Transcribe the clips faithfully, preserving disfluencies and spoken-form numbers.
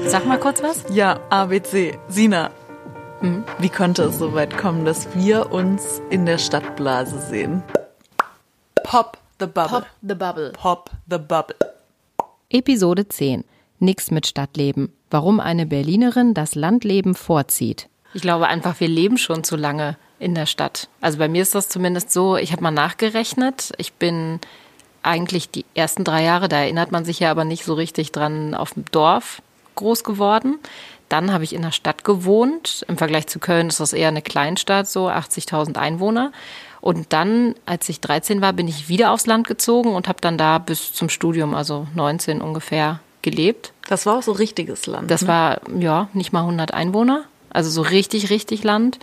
Sag mal kurz was. Ja, A B C. Sina, hm? Wie konnte es so weit kommen, dass wir uns in der Stadtblase sehen? Pop the Bubble. Pop the Bubble. Pop the Bubble. Episode zehn. Nix mit Stadtleben. Warum eine Berlinerin das Landleben vorzieht. Ich glaube einfach, wir leben schon zu lange in der Stadt. Also bei mir ist das zumindest so, ich habe mal nachgerechnet. Ich bin eigentlich die ersten drei Jahre, da erinnert man sich ja aber nicht so richtig dran, auf dem Dorf groß geworden. Dann habe ich in der Stadt gewohnt. Im Vergleich zu Köln ist das eher eine Kleinstadt, so achtzigtausend Einwohner. Und dann, als ich dreizehn war, bin ich wieder aufs Land gezogen und habe dann da bis zum Studium, also neunzehn ungefähr, gelebt. Das war auch so richtiges Land. Das ne? war, ja, nicht mal hundert Einwohner. Also so richtig, richtig Land.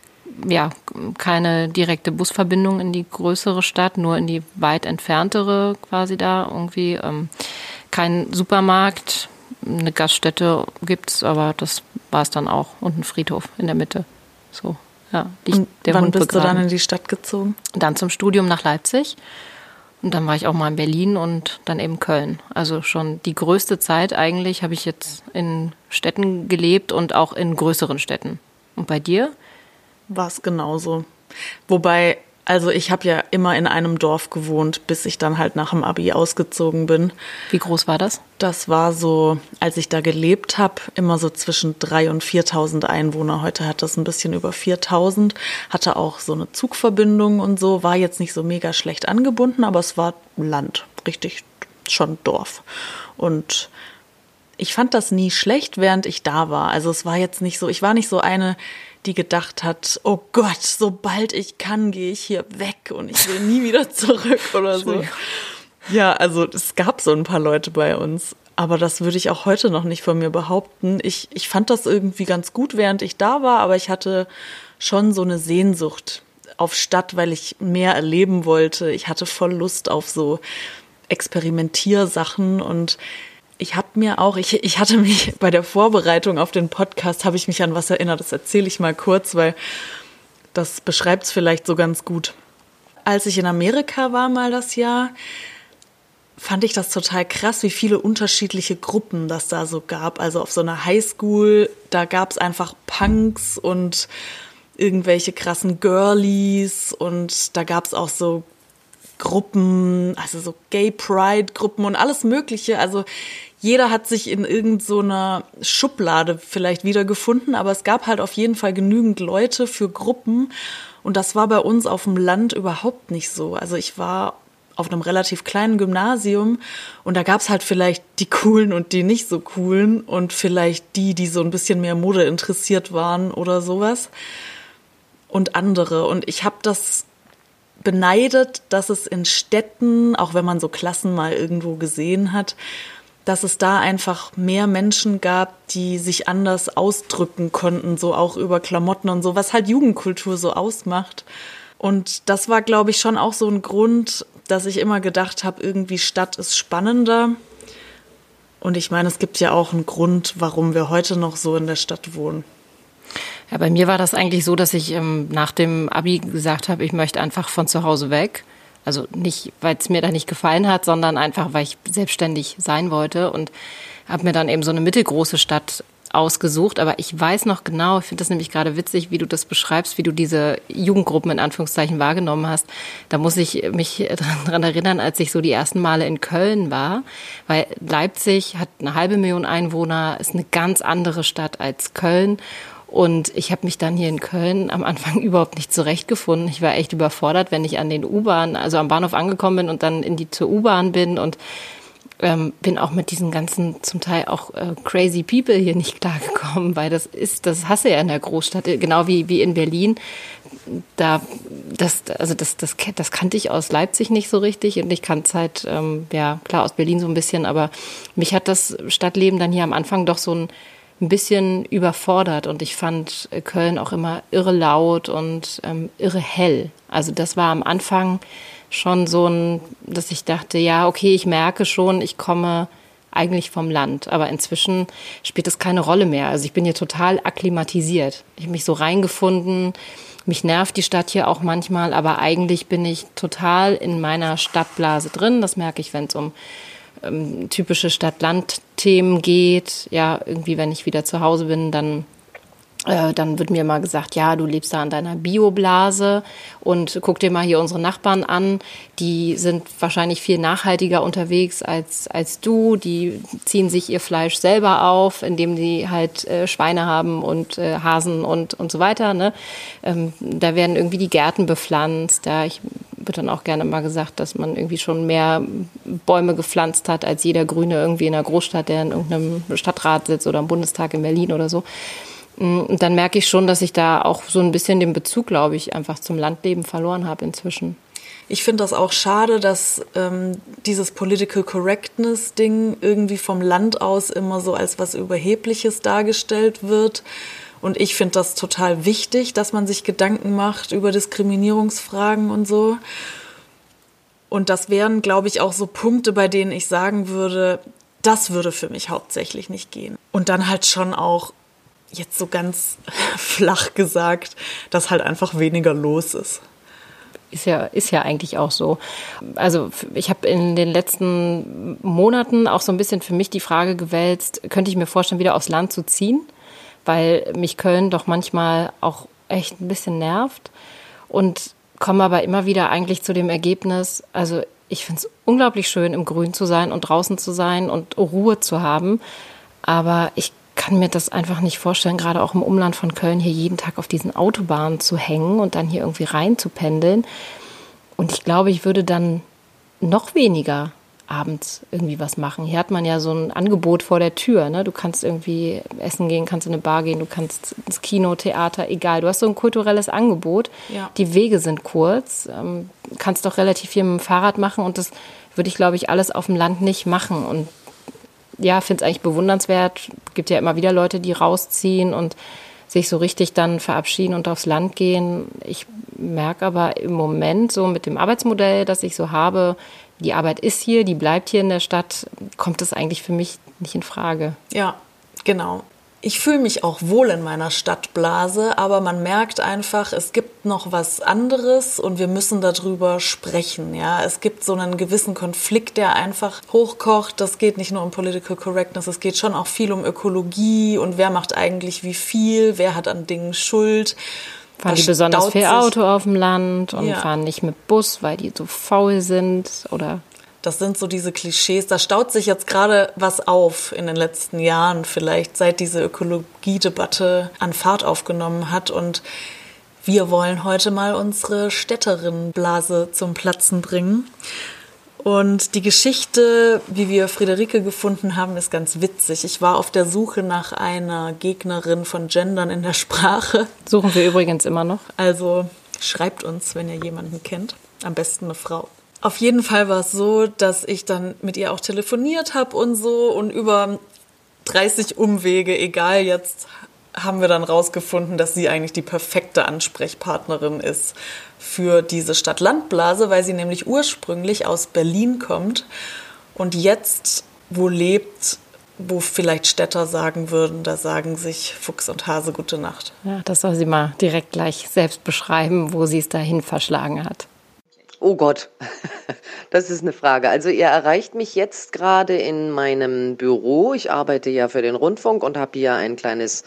Ja, keine direkte Busverbindung in die größere Stadt, nur in die weit entferntere quasi da irgendwie. Ähm, kein Supermarkt, eine Gaststätte gibt's, aber das war es dann auch. Und ein Friedhof in der Mitte. So, ja. Liegt Und der wann Hund bist begraben. du dann in die Stadt gezogen? Dann zum Studium nach Leipzig. Und dann war ich auch mal in Berlin und dann eben Köln. Also schon die größte Zeit eigentlich habe ich jetzt in Städten gelebt und auch in größeren Städten. Und bei dir? War es genauso. Wobei, also ich habe ja immer in einem Dorf gewohnt, bis ich dann halt nach dem Abi ausgezogen bin. Wie groß war das? Das war so, als ich da gelebt habe, immer so zwischen dreitausend und viertausend Einwohner. Heute hat das ein bisschen über viertausend. Hatte auch so eine Zugverbindung und so. War jetzt nicht so mega schlecht angebunden, aber es war Land, richtig schon Dorf. Und ich fand das nie schlecht, während ich da war. Also es war jetzt nicht so, ich war nicht so eine, die gedacht hat, oh Gott, sobald ich kann, gehe ich hier weg und ich will nie wieder zurück oder so. Ja, also es gab so ein paar Leute bei uns, aber das würde ich auch heute noch nicht von mir behaupten. Ich, ich fand das irgendwie ganz gut, während ich da war, aber ich hatte schon so eine Sehnsucht auf Stadt, weil ich mehr erleben wollte. Ich hatte voll Lust auf so Experimentiersachen und ich habe mir auch, ich, ich hatte mich bei der Vorbereitung auf den Podcast, habe ich mich an was erinnert, das erzähle ich mal kurz, weil das beschreibt es vielleicht so ganz gut. Als ich in Amerika war mal das Jahr, fand ich das total krass, wie viele unterschiedliche Gruppen das da so gab. Also auf so einer Highschool, da gab es einfach Punks und irgendwelche krassen Girlies und da gab es auch so Gruppen, also so Gay-Pride-Gruppen und alles Mögliche. Also jeder hat sich in irgend so einer Schublade vielleicht wiedergefunden, aber es gab halt auf jeden Fall genügend Leute für Gruppen und das war bei uns auf dem Land überhaupt nicht so. Also ich war auf einem relativ kleinen Gymnasium und da gab es halt vielleicht die Coolen und die nicht so Coolen und vielleicht die, die so ein bisschen mehr Mode interessiert waren oder sowas und andere. Und ich habe das beneidet, dass es in Städten, auch wenn man so Klassen mal irgendwo gesehen hat, dass es da einfach mehr Menschen gab, die sich anders ausdrücken konnten, so auch über Klamotten und so, was halt Jugendkultur so ausmacht. Und das war, glaube ich, schon auch so ein Grund, dass ich immer gedacht habe, irgendwie Stadt ist spannender. Und ich meine, es gibt ja auch einen Grund, warum wir heute noch so in der Stadt wohnen. Ja, bei mir war das eigentlich so, dass ich ähm, nach dem Abi gesagt habe, ich möchte einfach von zu Hause weg. Also nicht, weil es mir da nicht gefallen hat, sondern einfach, weil ich selbstständig sein wollte und habe mir dann eben so eine mittelgroße Stadt ausgesucht. Aber ich weiß noch genau, ich finde das nämlich gerade witzig, wie du das beschreibst, wie du diese Jugendgruppen in Anführungszeichen wahrgenommen hast. Da muss ich mich dran erinnern, als ich so die ersten Male in Köln war, weil Leipzig hat eine halbe Million Einwohner, ist eine ganz andere Stadt als Köln. Und ich habe mich dann hier in Köln am Anfang überhaupt nicht zurechtgefunden. Ich war echt überfordert, wenn ich an den U-Bahn, also am Bahnhof angekommen bin und dann in die zur U-Bahn bin und ähm, bin auch mit diesen ganzen zum Teil auch äh, crazy people hier nicht klargekommen, weil das ist, das hasse ja in der Großstadt, genau wie wie in Berlin. Da das also das das das kannte ich aus Leipzig nicht so richtig und ich kannte es halt ähm, ja klar aus Berlin so ein bisschen, aber mich hat das Stadtleben dann hier am Anfang doch so ein ein bisschen überfordert und ich fand Köln auch immer irre laut und ähm, irre hell. Also das war am Anfang schon so ein, dass ich dachte, ja, okay, ich merke schon, ich komme eigentlich vom Land, aber inzwischen spielt das keine Rolle mehr. Also ich bin hier total akklimatisiert. Ich habe mich so reingefunden, mich nervt die Stadt hier auch manchmal, aber eigentlich bin ich total in meiner Stadtblase drin. Das merke ich, wenn es um ähm, typische Stadt-Land-Themen geht. Ja, irgendwie, wenn ich wieder zu Hause bin, dann Äh, dann wird mir mal gesagt, ja, du lebst da in deiner Bioblase und guck dir mal hier unsere Nachbarn an. Die sind wahrscheinlich viel nachhaltiger unterwegs als, als du. Die ziehen sich ihr Fleisch selber auf, indem sie halt äh, Schweine haben und äh, Hasen und, und so weiter. Ne? Ähm, da werden irgendwie die Gärten bepflanzt. Da ich, wird dann auch gerne mal gesagt, dass man irgendwie schon mehr Bäume gepflanzt hat als jeder Grüne irgendwie in der Großstadt, der in irgendeinem Stadtrat sitzt oder im Bundestag in Berlin oder so. Und dann merke ich schon, dass ich da auch so ein bisschen den Bezug, glaube ich, einfach zum Landleben verloren habe inzwischen. Ich finde das auch schade, dass ähm, dieses Political Correctness-Ding irgendwie vom Land aus immer so als was Überhebliches dargestellt wird. Und ich finde das total wichtig, dass man sich Gedanken macht über Diskriminierungsfragen und so. Und das wären, glaube ich, auch so Punkte, bei denen ich sagen würde, das würde für mich hauptsächlich nicht gehen. Und dann halt schon auch jetzt so ganz flach gesagt, dass halt einfach weniger los ist. Ist ja, ist ja eigentlich auch so. Also ich habe in den letzten Monaten auch so ein bisschen für mich die Frage gewälzt, könnte ich mir vorstellen, wieder aufs Land zu ziehen, weil mich Köln doch manchmal auch echt ein bisschen nervt und komme aber immer wieder eigentlich zu dem Ergebnis, also ich finde es unglaublich schön, im Grün zu sein und draußen zu sein und Ruhe zu haben, aber ich kann mir das einfach nicht vorstellen, gerade auch im Umland von Köln, hier jeden Tag auf diesen Autobahnen zu hängen und dann hier irgendwie rein zu pendeln. Und ich glaube, ich würde dann noch weniger abends irgendwie was machen. Hier hat man ja so ein Angebot vor der Tür. Ne? Du kannst irgendwie essen gehen, kannst in eine Bar gehen, du kannst ins Kino, Theater, egal. Du hast so ein kulturelles Angebot. Ja. Die Wege sind kurz. Ähm, kannst doch relativ viel mit dem Fahrrad machen und das würde ich, glaube ich, alles auf dem Land nicht machen. Und ja, finde es eigentlich bewundernswert. Es gibt ja immer wieder Leute, die rausziehen und sich so richtig dann verabschieden und aufs Land gehen. Ich merke aber im Moment so mit dem Arbeitsmodell, das ich so habe, die Arbeit ist hier, die bleibt hier in der Stadt, kommt das eigentlich für mich nicht in Frage. Ja, genau. Ich fühle mich auch wohl in meiner Stadtblase, aber man merkt einfach, es gibt noch was anderes und wir müssen darüber sprechen. Ja? Es gibt so einen gewissen Konflikt, der einfach hochkocht. Das geht nicht nur um Political Correctness, es geht schon auch viel um Ökologie und wer macht eigentlich wie viel, wer hat an Dingen Schuld. Fahren die besonders viel Auto auf dem Land und ja. fahren nicht mit Bus, weil die so faul sind oder... Das sind so diese Klischees. Da staut sich jetzt gerade was auf in den letzten Jahren, vielleicht seit diese Ökologiedebatte an Fahrt aufgenommen hat. Und wir wollen heute mal unsere Städterinnenblase zum Platzen bringen. Und die Geschichte, wie wir Friederike gefunden haben, ist ganz witzig. Ich war auf der Suche nach einer Gegnerin von Gendern in der Sprache. Suchen wir übrigens immer noch. Also schreibt uns, wenn ihr jemanden kennt. Am besten eine Frau. Auf jeden Fall war es so, dass ich dann mit ihr auch telefoniert habe und so und über dreißig Umwege, egal jetzt, haben wir dann rausgefunden, dass sie eigentlich die perfekte Ansprechpartnerin ist für diese Stadt-Land-Blase, weil sie nämlich ursprünglich aus Berlin kommt und jetzt wo lebt, wo vielleicht Städter sagen würden, da sagen sich Fuchs und Hase gute Nacht. Ja, das soll sie mal direkt gleich selbst beschreiben, wo sie es dahin verschlagen hat. Oh Gott, das ist eine Frage. Also ihr erreicht mich jetzt gerade in meinem Büro. Ich arbeite ja für den Rundfunk und habe hier ein kleines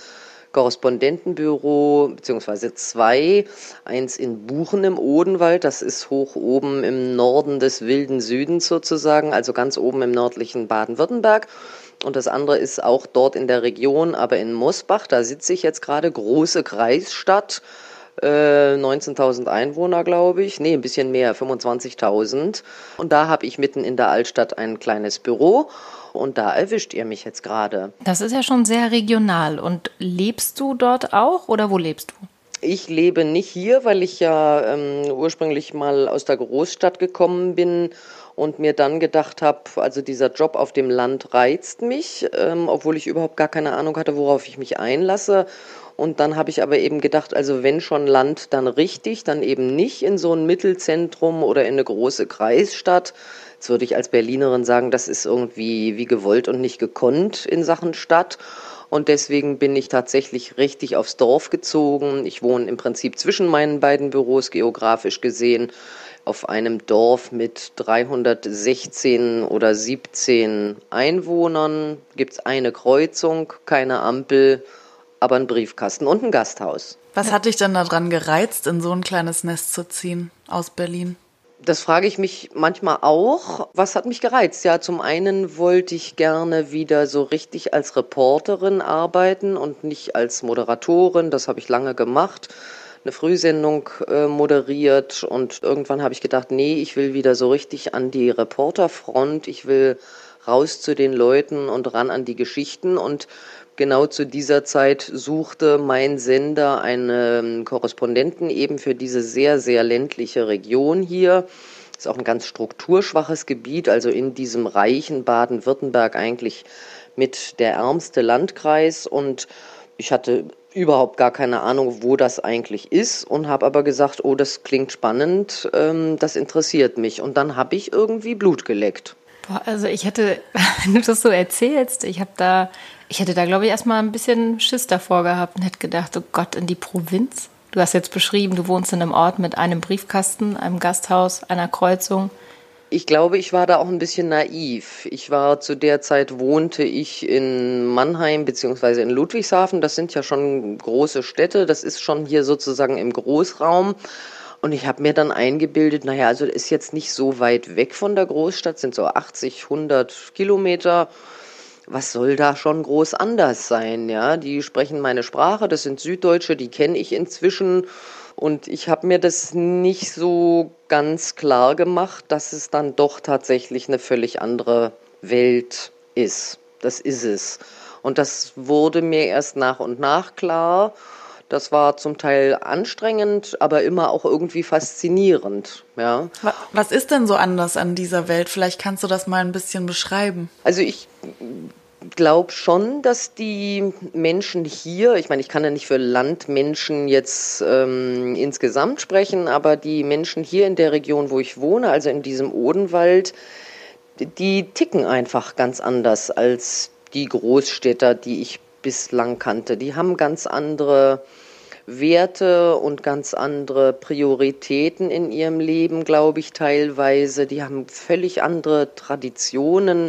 Korrespondentenbüro, beziehungsweise zwei. Eins in Buchen im Odenwald, das ist hoch oben im Norden des wilden Südens sozusagen, also ganz oben im nördlichen Baden-Württemberg. Und das andere ist auch dort in der Region, aber in Mosbach, da sitze ich jetzt gerade, große Kreisstadt. neunzehntausend Einwohner, glaube ich. Nee, ein bisschen mehr, fünfundzwanzigtausend. Und da habe ich mitten in der Altstadt ein kleines Büro. Und da erwischt ihr mich jetzt gerade. Das ist ja schon sehr regional. Und lebst du dort auch oder wo lebst du? Ich lebe nicht hier, weil ich ja ähm, ursprünglich mal aus der Großstadt gekommen bin und mir dann gedacht habe, also dieser Job auf dem Land reizt mich, ähm, obwohl ich überhaupt gar keine Ahnung hatte, worauf ich mich einlasse. Und dann habe ich aber eben gedacht, also wenn schon Land, dann richtig, dann eben nicht in so ein Mittelzentrum oder in eine große Kreisstadt. Jetzt würde ich als Berlinerin sagen, das ist irgendwie wie gewollt und nicht gekonnt in Sachen Stadt. Und deswegen bin ich tatsächlich richtig aufs Dorf gezogen. Ich wohne im Prinzip zwischen meinen beiden Büros, geografisch gesehen. auf einem Dorf mit dreihundertsechzehn oder siebzehn Einwohnern, gibt es eine Kreuzung, keine Ampel, aber einen Briefkasten und ein Gasthaus. Was hat dich denn daran gereizt, in so ein kleines Nest zu ziehen aus Berlin? Das frage ich mich manchmal auch. Was hat mich gereizt? Ja, zum einen wollte ich gerne wieder so richtig als Reporterin arbeiten und nicht als Moderatorin. Das habe ich lange gemacht. Eine Frühsendung äh, moderiert und irgendwann habe ich gedacht, nee, ich will wieder so richtig an die Reporterfront. Ich will raus zu den Leuten und ran an die Geschichten und genau zu dieser Zeit suchte mein Sender einen Korrespondenten eben für diese sehr, sehr ländliche Region hier. Das ist auch ein ganz strukturschwaches Gebiet, also in diesem reichen Baden-Württemberg eigentlich mit der ärmste Landkreis. Und ich hatte überhaupt gar keine Ahnung, wo das eigentlich ist und habe aber gesagt, oh, das klingt spannend, ähm, das interessiert mich. Und dann habe ich irgendwie Blut geleckt. Boah, also ich hätte, wenn du das so erzählst, ich habe da, ich hätte da glaube ich erstmal ein bisschen Schiss davor gehabt und hätte gedacht, oh Gott, in die Provinz. Du hast jetzt beschrieben, du wohnst in einem Ort mit einem Briefkasten, einem Gasthaus, einer Kreuzung. Ich glaube, ich war da auch ein bisschen naiv. Ich war zu der Zeit, wohnte ich in Mannheim beziehungsweise in Ludwigshafen. Das sind ja schon große Städte. Das ist schon hier sozusagen im Großraum. Und ich habe mir dann eingebildet, naja, also ist jetzt nicht so weit weg von der Großstadt, sind so achtzig, hundert Kilometer. Was soll da schon groß anders sein, ja? Die sprechen meine Sprache, das sind Süddeutsche, die kenne ich inzwischen. Und ich habe mir das nicht so ganz klar gemacht, dass es dann doch tatsächlich eine völlig andere Welt ist. Das ist es. Und das wurde mir erst nach und nach klar. Das war zum Teil anstrengend, aber immer auch irgendwie faszinierend, ja. Was ist denn so anders an dieser Welt? Vielleicht kannst du das mal ein bisschen beschreiben. Also ich glaube schon, dass die Menschen hier, ich meine, ich kann ja nicht für Landmenschen jetzt ähm, insgesamt sprechen, aber die Menschen hier in der Region, wo ich wohne, also in diesem Odenwald, die ticken einfach ganz anders als die Großstädter, die ich bislang kannte. Die haben ganz andere Werte und ganz andere Prioritäten in ihrem Leben, glaube ich, teilweise. Die haben völlig andere Traditionen.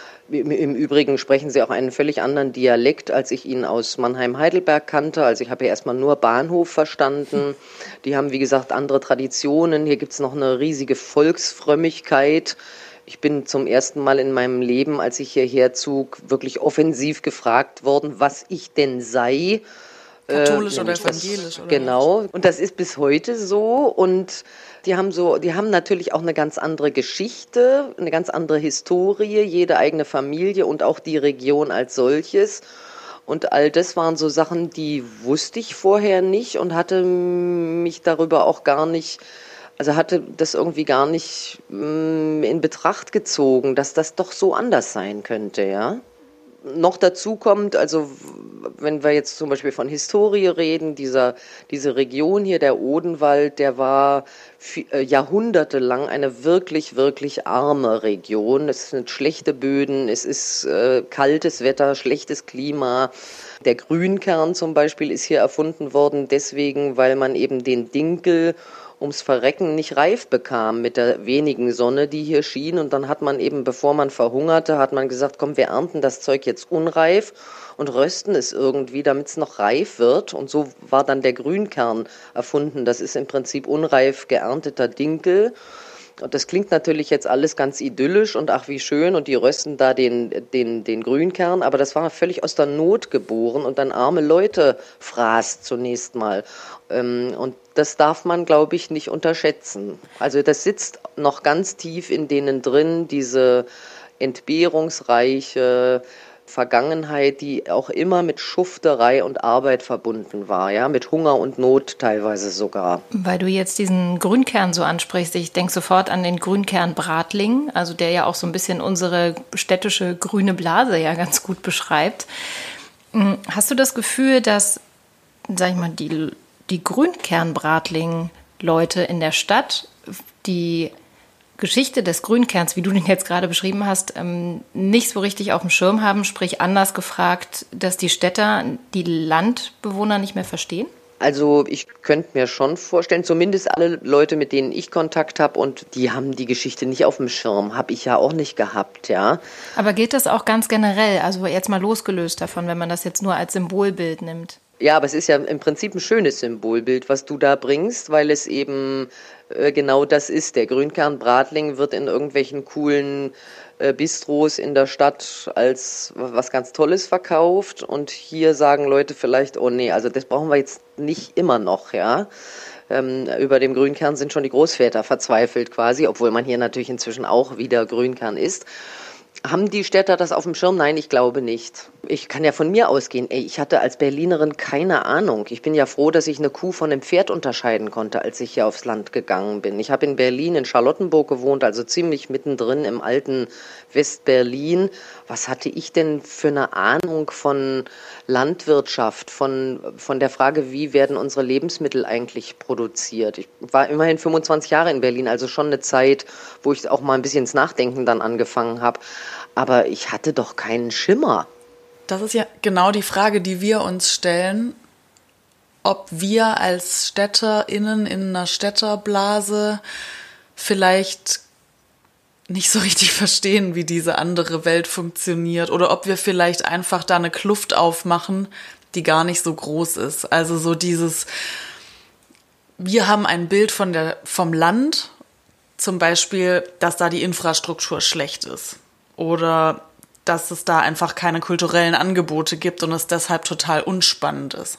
Im Übrigen sprechen sie auch einen völlig anderen Dialekt, als ich ihn aus Mannheim-Heidelberg kannte. Also ich habe ja erstmal nur Bahnhof verstanden. Die haben, wie gesagt, andere Traditionen. Hier gibt es noch eine riesige Volksfrömmigkeit. Ich bin zum ersten Mal in meinem Leben, als ich hierher zog, wirklich offensiv gefragt worden, was ich denn sei. Katholisch äh, oder evangelisch? Das, oder genau. Und das ist bis heute so. Und die haben so, die haben natürlich auch eine ganz andere Geschichte, eine ganz andere Historie, jede eigene Familie und auch die Region als solches. Und all das waren so Sachen, die wusste ich vorher nicht und hatte mich darüber auch gar nicht, also hatte das irgendwie gar nicht mh, in Betracht gezogen, dass das doch so anders sein könnte, ja. Noch dazu kommt, also wenn wir jetzt zum Beispiel von Historie reden, dieser, diese Region hier, der Odenwald, der war äh, jahrhundertelang eine wirklich, wirklich arme Region. Es sind schlechte Böden, es ist äh, kaltes Wetter, schlechtes Klima. Der Grünkern zum Beispiel ist hier erfunden worden, deswegen, weil man eben den Dinkel ums Verrecken nicht reif bekam mit der wenigen Sonne, die hier schien. Und dann hat man eben, bevor man verhungerte, hat man gesagt, komm, wir ernten das Zeug jetzt unreif und rösten es irgendwie, damit es noch reif wird. Und so war dann der Grünkern erfunden. Das ist im Prinzip unreif geernteter Dinkel. Und das klingt natürlich jetzt alles ganz idyllisch und ach wie schön und die rösten da den, den, den Grünkern, aber das war völlig aus der Not geboren und dann arme Leute fraß zunächst mal. Und das darf man, glaube ich, nicht unterschätzen. Also das sitzt noch ganz tief in denen drin, diese entbehrungsreiche Vergangenheit, die auch immer mit Schufterei und Arbeit verbunden war, ja, mit Hunger und Not teilweise sogar. Weil du jetzt diesen Grünkern so ansprichst, ich denke sofort an den Grünkern Bratling, also der ja auch so ein bisschen unsere städtische grüne Blase ja ganz gut beschreibt. Hast du das Gefühl, dass, sag ich mal, die, die Grünkern-Bratling-Leute in der Stadt die Geschichte des Grünkerns, wie du den jetzt gerade beschrieben hast, nicht so richtig auf dem Schirm haben, sprich anders gefragt, dass die Städter die Landbewohner nicht mehr verstehen? Also ich könnte mir schon vorstellen, zumindest alle Leute, mit denen ich Kontakt habe, und die haben die Geschichte nicht auf dem Schirm, habe ich ja auch nicht gehabt, ja. Aber gilt das auch ganz generell, also jetzt mal losgelöst davon, wenn man das jetzt nur als Symbolbild nimmt? Ja, aber es ist ja im Prinzip ein schönes Symbolbild, was du da bringst, weil es eben äh, genau das ist. Der Grünkern-Bratling wird in irgendwelchen coolen äh, Bistros in der Stadt als was ganz Tolles verkauft, und hier sagen Leute vielleicht, oh nee, also das brauchen wir jetzt nicht immer noch, ja. Ähm, über dem Grünkern sind schon die Großväter verzweifelt quasi, obwohl man hier natürlich inzwischen auch wieder Grünkern isst. Haben die Städter das auf dem Schirm? Nein, ich glaube nicht. Ich kann ja von mir ausgehen. Ey, ich hatte als Berlinerin keine Ahnung. Ich bin ja froh, dass ich eine Kuh von einem Pferd unterscheiden konnte, als ich hier aufs Land gegangen bin. Ich habe in Berlin, in Charlottenburg gewohnt, also ziemlich mittendrin im alten Westberlin. Was hatte ich denn für eine Ahnung von Landwirtschaft, von, von der Frage, wie werden unsere Lebensmittel eigentlich produziert? Ich war immerhin fünfundzwanzig Jahre in Berlin, also schon eine Zeit, wo ich auch mal ein bisschen ins Nachdenken dann angefangen habe. Aber ich hatte doch keinen Schimmer. Das ist ja genau die Frage, die wir uns stellen, ob wir als StädterInnen in einer Städterblase vielleicht nicht so richtig verstehen, wie diese andere Welt funktioniert, oder ob wir vielleicht einfach da eine Kluft aufmachen, die gar nicht so groß ist. Also so dieses, wir haben ein Bild von der, vom Land, zum Beispiel, dass da die Infrastruktur schlecht ist oder dass es da einfach keine kulturellen Angebote gibt und es deshalb total unspannend ist.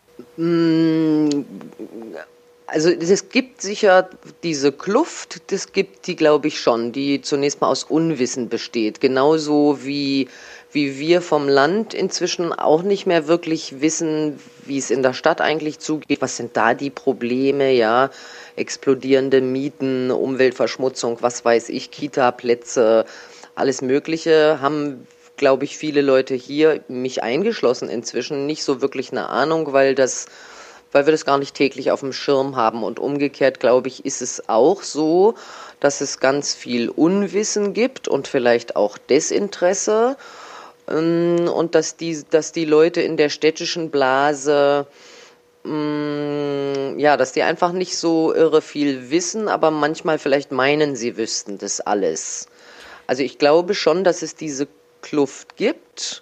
Also es gibt sicher diese Kluft, das gibt die, glaube ich, schon, die zunächst mal aus Unwissen besteht. Genauso wie, wie wir vom Land inzwischen auch nicht mehr wirklich wissen, wie es in der Stadt eigentlich zugeht. Was sind da die Probleme, ja? Explodierende Mieten, Umweltverschmutzung, was weiß ich, Kita-Plätze, alles Mögliche, haben, glaube ich, viele Leute hier, mich eingeschlossen inzwischen, nicht so wirklich eine Ahnung, weil das, weil wir das gar nicht täglich auf dem Schirm haben. Und umgekehrt, glaube ich, ist es auch so, dass es ganz viel Unwissen gibt und vielleicht auch Desinteresse, und dass die, dass die Leute in der städtischen Blase, ja, dass die einfach nicht so irre viel wissen, aber manchmal vielleicht meinen, sie wüssten das alles. Also ich glaube schon, dass es diese Kluft gibt,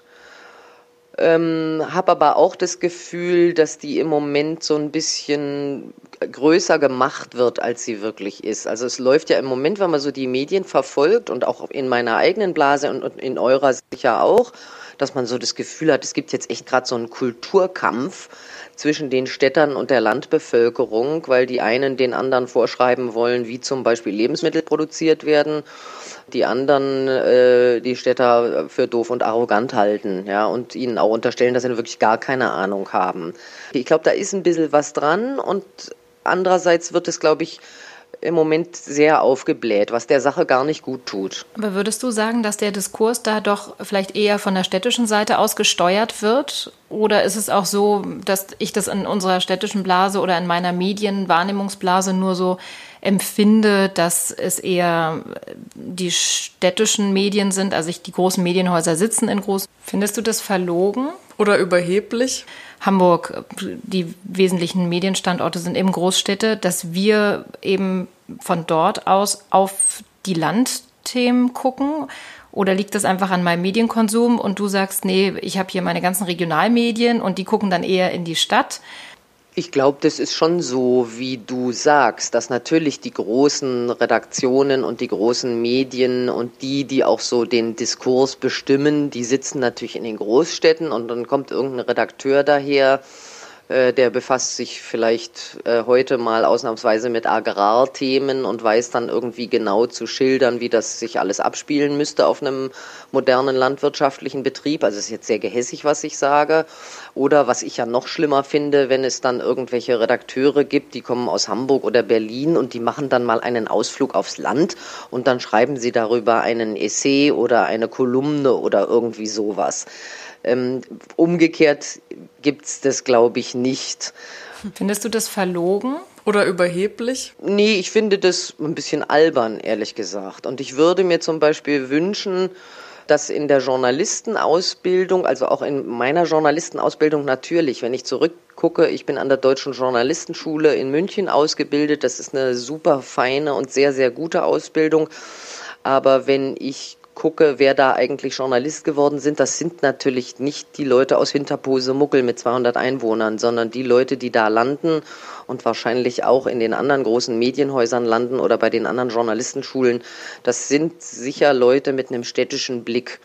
ähm, habe aber auch das Gefühl, dass die im Moment so ein bisschen größer gemacht wird, als sie wirklich ist. Also es läuft ja im Moment, wenn man so die Medien verfolgt, und auch in meiner eigenen Blase und, und in eurer sicher auch, dass man so das Gefühl hat, es gibt jetzt echt gerade so einen Kulturkampf zwischen den Städtern und der Landbevölkerung, weil die einen den anderen vorschreiben wollen, wie zum Beispiel Lebensmittel produziert werden, die anderen äh, die Städter für doof und arrogant halten, ja, und ihnen auch unterstellen, dass sie wirklich gar keine Ahnung haben. Ich glaube, da ist ein bisschen was dran, und andererseits wird es, glaube ich, im Moment sehr aufgebläht, was der Sache gar nicht gut tut. Aber würdest du sagen, dass der Diskurs da doch vielleicht eher von der städtischen Seite aus gesteuert wird? Oder ist es auch so, dass ich das in unserer städtischen Blase oder in meiner Medienwahrnehmungsblase nur so empfinde, dass es eher die städtischen Medien sind, also die großen Medienhäuser sitzen in groß. Findest du das verlogen? Oder überheblich? Hamburg, die wesentlichen Medienstandorte sind eben Großstädte, dass wir eben von dort aus auf die Landthemen gucken? Oder liegt das einfach an meinem Medienkonsum und du sagst, nee, ich habe hier meine ganzen Regionalmedien und die gucken dann eher in die Stadt? Ich glaube, das ist schon so, wie du sagst, dass natürlich die großen Redaktionen und die großen Medien und die, die auch so den Diskurs bestimmen, die sitzen natürlich in den Großstädten, und dann kommt irgendein Redakteur daher, äh, der befasst sich vielleicht äh, heute mal ausnahmsweise mit Agrarthemen und weiß dann irgendwie genau zu schildern, wie das sich alles abspielen müsste auf einem modernen landwirtschaftlichen Betrieb. Also es ist jetzt sehr gehässig, was ich sage. Oder was ich ja noch schlimmer finde, wenn es dann irgendwelche Redakteure gibt, die kommen aus Hamburg oder Berlin und die machen dann mal einen Ausflug aufs Land und dann schreiben sie darüber einen Essay oder eine Kolumne oder irgendwie sowas. Ähm, umgekehrt gibt's das, glaube ich, nicht. Findest du das verlogen? Oder überheblich? Nee, ich finde das ein bisschen albern, ehrlich gesagt. Und ich würde mir zum Beispiel wünschen, dass in der Journalistenausbildung, also auch in meiner Journalistenausbildung natürlich, wenn ich zurückgucke gucke, ich bin an der Deutschen Journalistenschule in München ausgebildet. Das ist eine super feine und sehr, sehr gute Ausbildung. Aber wenn ich gucke, wer da eigentlich Journalist geworden sind, das sind natürlich nicht die Leute aus Hinterposemuckel mit zweihundert Einwohnern, sondern die Leute, die da landen und wahrscheinlich auch in den anderen großen Medienhäusern landen oder bei den anderen Journalistenschulen. Das sind sicher Leute mit einem städtischen Blick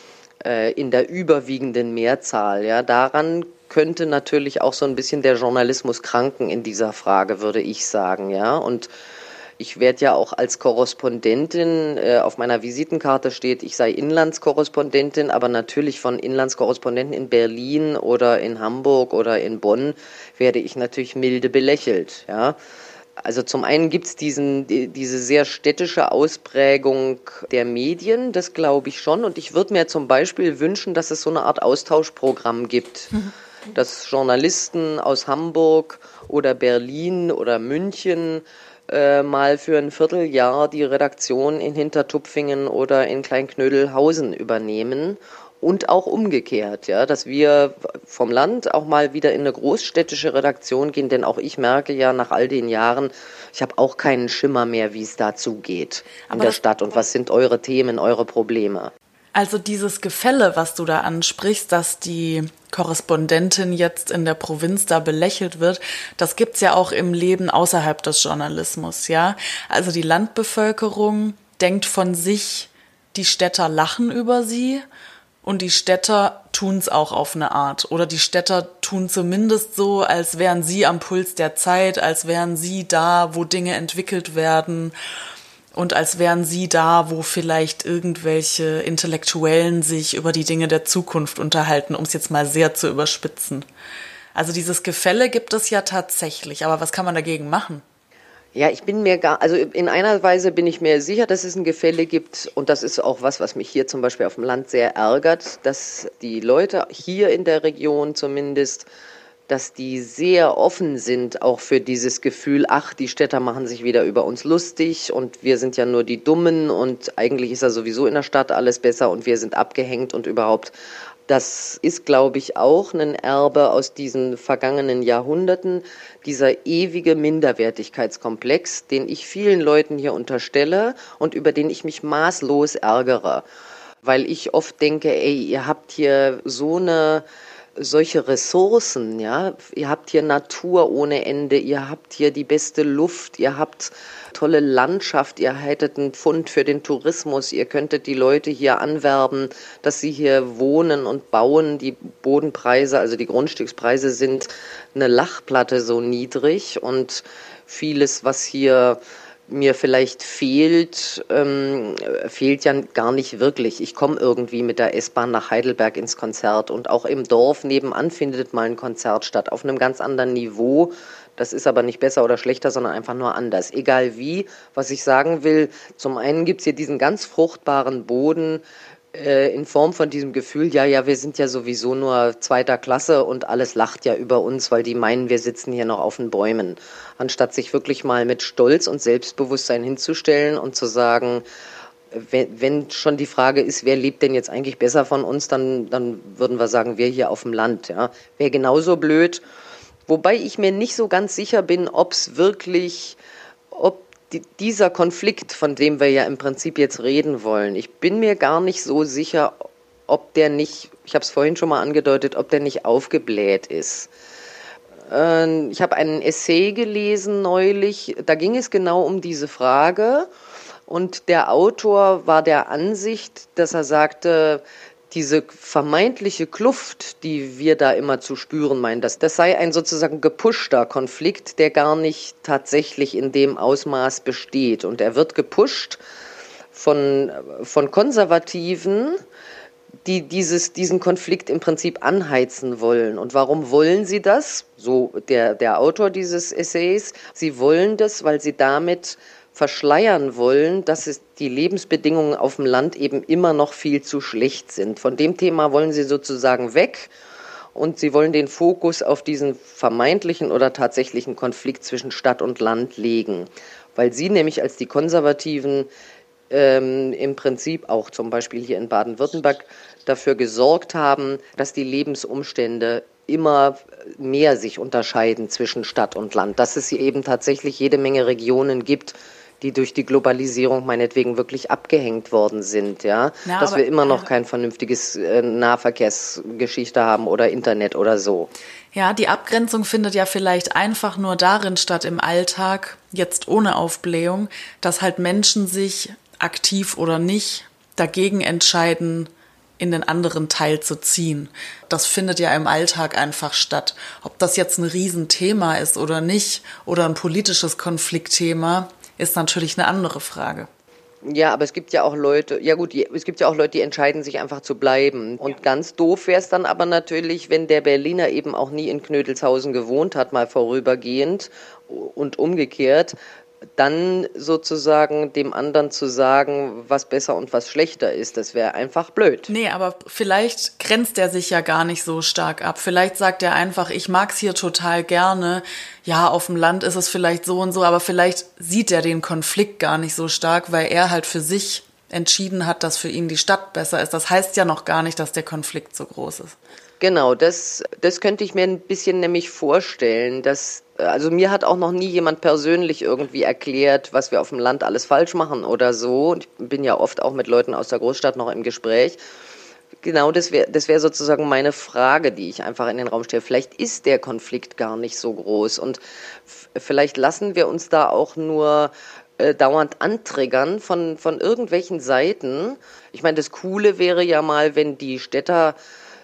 äh, in der überwiegenden Mehrzahl. Ja, daran könnte natürlich auch so ein bisschen der Journalismus kranken in dieser Frage, würde ich sagen. Ja, und ich werde ja auch als Korrespondentin, äh, auf meiner Visitenkarte steht, ich sei Inlandskorrespondentin, aber natürlich von Inlandskorrespondenten in Berlin oder in Hamburg oder in Bonn werde ich natürlich milde belächelt. Ja. Also zum einen gibt es diesen die, diese sehr städtische Ausprägung der Medien, das glaube ich schon. Und ich würde mir zum Beispiel wünschen, dass es so eine Art Austauschprogramm gibt, mhm. dass Journalisten aus Hamburg oder Berlin oder München Äh, mal für ein Vierteljahr die Redaktion in Hintertupfingen oder in Kleinknödelhausen übernehmen und auch umgekehrt, ja, dass wir vom Land auch mal wieder in eine großstädtische Redaktion gehen, denn auch ich merke ja nach all den Jahren, ich habe auch keinen Schimmer mehr, wie es dazu geht in Aber der Stadt und was sind eure Themen, eure Probleme. Also dieses Gefälle, was du da ansprichst, dass die Korrespondentin jetzt in der Provinz da belächelt wird, das gibt's ja auch im Leben außerhalb des Journalismus, ja. Also die Landbevölkerung denkt von sich, die Städter lachen über sie und die Städter tun's auch auf eine Art. Oder die Städter tun zumindest so, als wären sie am Puls der Zeit, als wären sie da, wo Dinge entwickelt werden. Und als wären sie da, wo vielleicht irgendwelche Intellektuellen sich über die Dinge der Zukunft unterhalten, um es jetzt mal sehr zu überspitzen. Also dieses Gefälle gibt es ja tatsächlich, aber was kann man dagegen machen? Ja, ich bin mir gar, also in einer Weise bin ich mir sicher, dass es ein Gefälle gibt und das ist auch was, was mich hier zum Beispiel auf dem Land sehr ärgert, dass die Leute hier in der Region zumindest, dass die sehr offen sind, auch für dieses Gefühl, ach, die Städter machen sich wieder über uns lustig und wir sind ja nur die Dummen und eigentlich ist ja sowieso in der Stadt alles besser und wir sind abgehängt und überhaupt. Das ist, glaube ich, auch ein Erbe aus diesen vergangenen Jahrhunderten, dieser ewige Minderwertigkeitskomplex, den ich vielen Leuten hier unterstelle und über den ich mich maßlos ärgere, weil ich oft denke, ey, ihr habt hier so eine solche Ressourcen, ja, ihr habt hier Natur ohne Ende, ihr habt hier die beste Luft, ihr habt tolle Landschaft, ihr hättet einen Pfund für den Tourismus, ihr könntet die Leute hier anwerben, dass sie hier wohnen und bauen, die Bodenpreise, also die Grundstückspreise sind eine Lachplatte so niedrig und vieles, was hier mir vielleicht fehlt, ähm, fehlt ja gar nicht wirklich. Ich komme irgendwie mit der S-Bahn nach Heidelberg ins Konzert und auch im Dorf nebenan findet mal ein Konzert statt, auf einem ganz anderen Niveau. Das ist aber nicht besser oder schlechter, sondern einfach nur anders. Egal wie, was ich sagen will, zum einen gibt's hier diesen ganz fruchtbaren Boden, in Form von diesem Gefühl, ja, ja, wir sind ja sowieso nur zweiter Klasse und alles lacht ja über uns, weil die meinen, wir sitzen hier noch auf den Bäumen. Anstatt sich wirklich mal mit Stolz und Selbstbewusstsein hinzustellen und zu sagen, wenn, wenn schon die Frage ist, wer lebt denn jetzt eigentlich besser von uns, dann, dann würden wir sagen, wir hier auf dem Land. Ja. Wäre genauso blöd. Wobei ich mir nicht so ganz sicher bin, ob es wirklich, ob dieser Konflikt, von dem wir ja im Prinzip jetzt reden wollen, ich bin mir gar nicht so sicher, ob der nicht, ich habe es vorhin schon mal angedeutet, ob der nicht aufgebläht ist. Ich habe einen Essay gelesen neulich, da ging es genau um diese Frage und der Autor war der Ansicht, dass er sagte, diese vermeintliche Kluft, die wir da immer zu spüren meinen, das, das sei ein sozusagen gepushter Konflikt, der gar nicht tatsächlich in dem Ausmaß besteht. Und er wird gepusht von, von Konservativen, die dieses, diesen Konflikt im Prinzip anheizen wollen. Und warum wollen sie das? So der, der Autor dieses Essays. Sie wollen das, weil sie damit verschleiern wollen, dass es die Lebensbedingungen auf dem Land eben immer noch viel zu schlecht sind. Von dem Thema wollen sie sozusagen weg und sie wollen den Fokus auf diesen vermeintlichen oder tatsächlichen Konflikt zwischen Stadt und Land legen, weil sie nämlich als die Konservativen ähm, im Prinzip auch zum Beispiel hier in Baden-Württemberg dafür gesorgt haben, dass die Lebensumstände immer mehr sich unterscheiden zwischen Stadt und Land, dass es hier eben tatsächlich jede Menge Regionen gibt, die durch die Globalisierung meinetwegen wirklich abgehängt worden sind, ja, Na, dass aber, wir immer noch äh, kein vernünftiges äh, Nahverkehrsgeschichte haben oder Internet oder so. Ja, die Abgrenzung findet ja vielleicht einfach nur darin statt im Alltag, jetzt ohne Aufblähung, dass halt Menschen sich aktiv oder nicht dagegen entscheiden, in den anderen Teil zu ziehen. Das findet ja im Alltag einfach statt. Ob das jetzt ein Riesenthema ist oder nicht oder ein politisches Konfliktthema, ist natürlich eine andere Frage. Ja, aber es gibt ja auch Leute, ja gut, die, es gibt ja auch Leute, die entscheiden sich einfach zu bleiben. Und ja. Ganz doof wäre es dann aber natürlich, wenn der Berliner eben auch nie in Knödelshausen gewohnt hat, mal vorübergehend und umgekehrt, dann sozusagen dem anderen zu sagen, was besser und was schlechter ist. Das wäre einfach blöd. Nee, aber vielleicht grenzt er sich ja gar nicht so stark ab. Vielleicht sagt er einfach, ich mag's hier total gerne. Ja, auf dem Land ist es vielleicht so und so, aber vielleicht sieht er den Konflikt gar nicht so stark, weil er halt für sich entschieden hat, dass für ihn die Stadt besser ist. Das heißt ja noch gar nicht, dass der Konflikt so groß ist. Genau, das, das könnte ich mir ein bisschen nämlich vorstellen, dass, also mir hat auch noch nie jemand persönlich irgendwie erklärt, was wir auf dem Land alles falsch machen oder so. Ich bin ja oft auch mit Leuten aus der Großstadt noch im Gespräch. Genau, das wäre das wäre sozusagen meine Frage, die ich einfach in den Raum stelle. Vielleicht ist der Konflikt gar nicht so groß und f- vielleicht lassen wir uns da auch nur äh, dauernd antriggern von, von irgendwelchen Seiten. Ich meine, das Coole wäre ja mal, wenn die Städter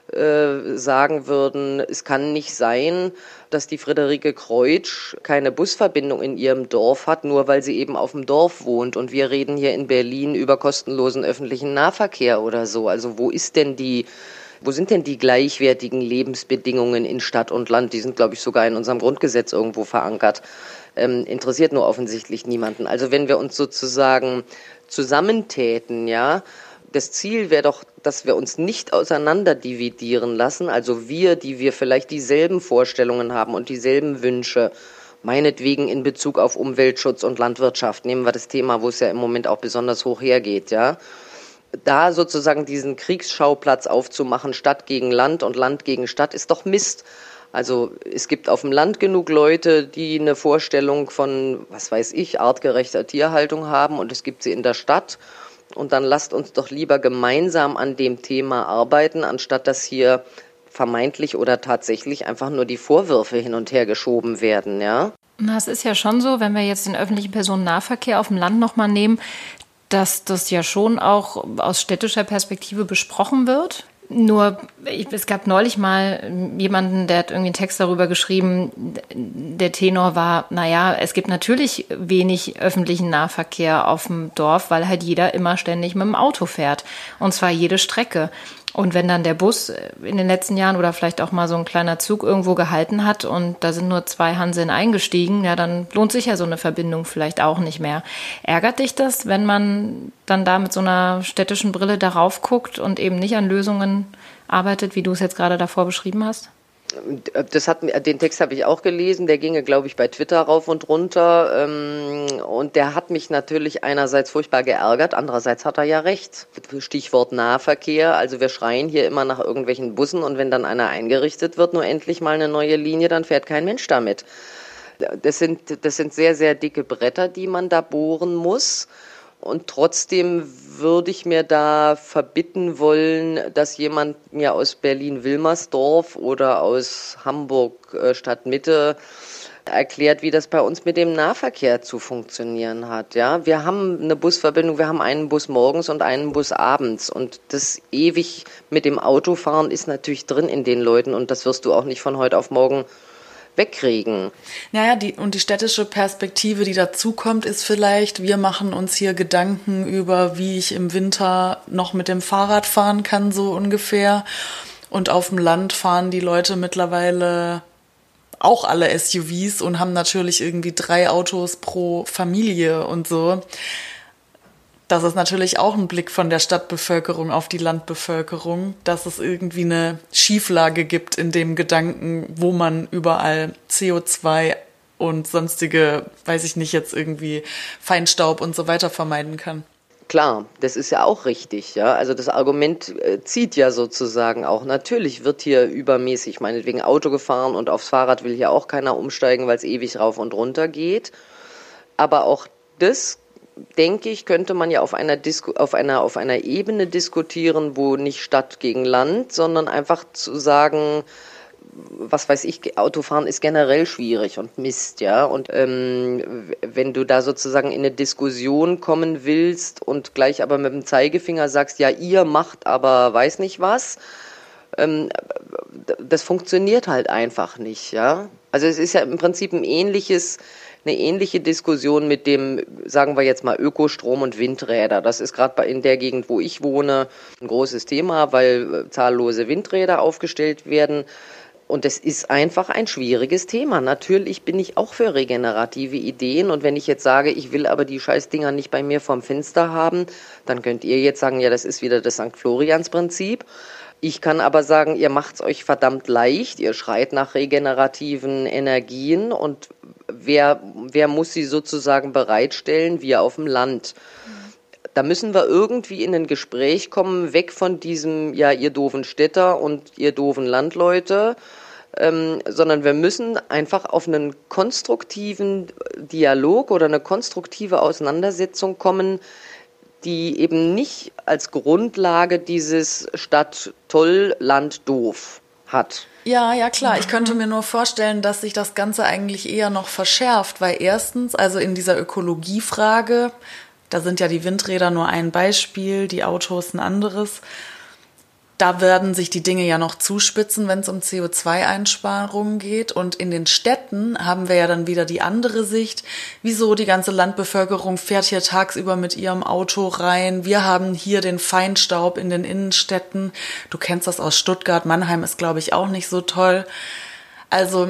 äh, sagen würden, es kann nicht sein, dass die Friederike Kreutsch keine Busverbindung in ihrem Dorf hat, nur weil sie eben auf dem Dorf wohnt. Und wir reden hier in Berlin über kostenlosen öffentlichen Nahverkehr oder so. Also wo ist denn die, wo sind denn die gleichwertigen Lebensbedingungen in Stadt und Land? Die sind, glaube ich, sogar in unserem Grundgesetz irgendwo verankert. Ähm, interessiert nur offensichtlich niemanden. Also wenn wir uns sozusagen zusammentäten, ja, das Ziel wäre doch, dass wir uns nicht auseinander dividieren lassen, also wir, die wir vielleicht dieselben Vorstellungen haben und dieselben Wünsche, meinetwegen in Bezug auf Umweltschutz und Landwirtschaft, nehmen wir das Thema, wo es ja im Moment auch besonders hoch hergeht, ja, da sozusagen diesen Kriegsschauplatz aufzumachen, Stadt gegen Land und Land gegen Stadt, ist doch Mist. Also es gibt auf dem Land genug Leute, die eine Vorstellung von, was weiß ich, artgerechter Tierhaltung haben und es gibt sie in der Stadt. Und dann lasst uns doch lieber gemeinsam an dem Thema arbeiten, anstatt dass hier vermeintlich oder tatsächlich einfach nur die Vorwürfe hin und her geschoben werden, ja? Na, es ist ja schon so, wenn wir jetzt den öffentlichen Personennahverkehr auf dem Land nochmal nehmen, dass das ja schon auch aus städtischer Perspektive besprochen wird. Nur, ich, es gab neulich mal jemanden, der hat irgendwie einen Text darüber geschrieben, der Tenor war, naja, es gibt natürlich wenig öffentlichen Nahverkehr auf dem Dorf, weil halt jeder immer ständig mit dem Auto fährt. Und zwar jede Strecke. Und wenn dann der Bus in den letzten Jahren oder vielleicht auch mal so ein kleiner Zug irgendwo gehalten hat und da sind nur zwei Hanseln eingestiegen, ja, dann lohnt sich ja so eine Verbindung vielleicht auch nicht mehr. Ärgert dich das, wenn man dann da mit so einer städtischen Brille darauf guckt und eben nicht an Lösungen arbeitet, wie du es jetzt gerade davor beschrieben hast? Das hat, den Text habe ich auch gelesen, der ginge, glaube ich, bei Twitter rauf und runter und der hat mich natürlich einerseits furchtbar geärgert, andererseits hat er ja recht. Stichwort Nahverkehr, also wir schreien hier immer nach irgendwelchen Bussen und wenn dann einer eingerichtet wird, nur endlich mal eine neue Linie, dann fährt kein Mensch damit. Das sind, das sind sehr, sehr dicke Bretter, die man da bohren muss. Und trotzdem würde ich mir da verbitten wollen, dass jemand mir aus Berlin-Wilmersdorf oder aus Hamburg äh, Stadtmitte erklärt, wie das bei uns mit dem Nahverkehr zu funktionieren hat. Ja, wir haben eine Busverbindung, wir haben einen Bus morgens und einen Bus abends und das ewig mit dem Autofahren ist natürlich drin in den Leuten und das wirst du auch nicht von heute auf morgen wegkriegen. Naja, die, und die städtische Perspektive, die dazukommt, ist vielleicht, wir machen uns hier Gedanken über, wie ich im Winter noch mit dem Fahrrad fahren kann, so ungefähr. Und auf dem Land fahren die Leute mittlerweile auch alle S U Vs und haben natürlich irgendwie drei Autos pro Familie und so. Das ist natürlich auch ein Blick von der Stadtbevölkerung auf die Landbevölkerung, dass es irgendwie eine Schieflage gibt in dem Gedanken, wo man überall C O zwei und sonstige, weiß ich nicht, jetzt irgendwie Feinstaub und so weiter vermeiden kann. Klar, das ist ja auch richtig, ja. Also das Argument äh, zieht ja sozusagen auch. Natürlich wird hier übermäßig meinetwegen Auto gefahren und aufs Fahrrad will hier auch keiner umsteigen, weil es ewig rauf und runter geht. Aber auch das, denke ich, könnte man ja auf einer, Disku- auf einer, auf einer Ebene diskutieren, wo nicht Stadt gegen Land, sondern einfach zu sagen, was weiß ich, Autofahren ist generell schwierig und Mist, ja. Und ähm, wenn du da sozusagen in eine Diskussion kommen willst und gleich aber mit dem Zeigefinger sagst, ja, ihr macht aber weiß nicht was, ähm, das funktioniert halt einfach nicht, ja. Also es ist ja im Prinzip ein ähnliches, eine ähnliche Diskussion mit dem, sagen wir jetzt mal, Ökostrom und Windräder. Das ist gerade in der Gegend, wo ich wohne, ein großes Thema, weil zahllose Windräder aufgestellt werden. Und es ist einfach ein schwieriges Thema. Natürlich bin ich auch für regenerative Ideen. Und wenn ich jetzt sage, ich will aber die Scheißdinger nicht bei mir vorm Fenster haben, dann könnt ihr jetzt sagen, ja, das ist wieder das Sankt Florians-Prinzip. Ich kann aber sagen, ihr macht's euch verdammt leicht. Ihr schreit nach regenerativen Energien. Und wer, wer muss sie sozusagen bereitstellen? Wir auf dem Land. Da müssen wir irgendwie in ein Gespräch kommen, weg von diesem, ja, ihr doofen Städter und ihr doofen Landleute, ähm, sondern wir müssen einfach auf einen konstruktiven Dialog oder eine konstruktive Auseinandersetzung kommen, die eben nicht als Grundlage dieses Stadt toll, Land doof hat. Ja, ja klar. Ich könnte mir nur vorstellen, dass sich das Ganze eigentlich eher noch verschärft, weil erstens, also in dieser Ökologiefrage, da sind ja die Windräder nur ein Beispiel, die Autos ein anderes. Da werden sich die Dinge ja noch zuspitzen, wenn es um C O zwei Einsparungen geht. Und in den Städten haben wir ja dann wieder die andere Sicht. Wieso die ganze Landbevölkerung fährt hier tagsüber mit ihrem Auto rein? Wir haben hier den Feinstaub in den Innenstädten. Du kennst das aus Stuttgart. Mannheim ist, glaube ich, auch nicht so toll. Also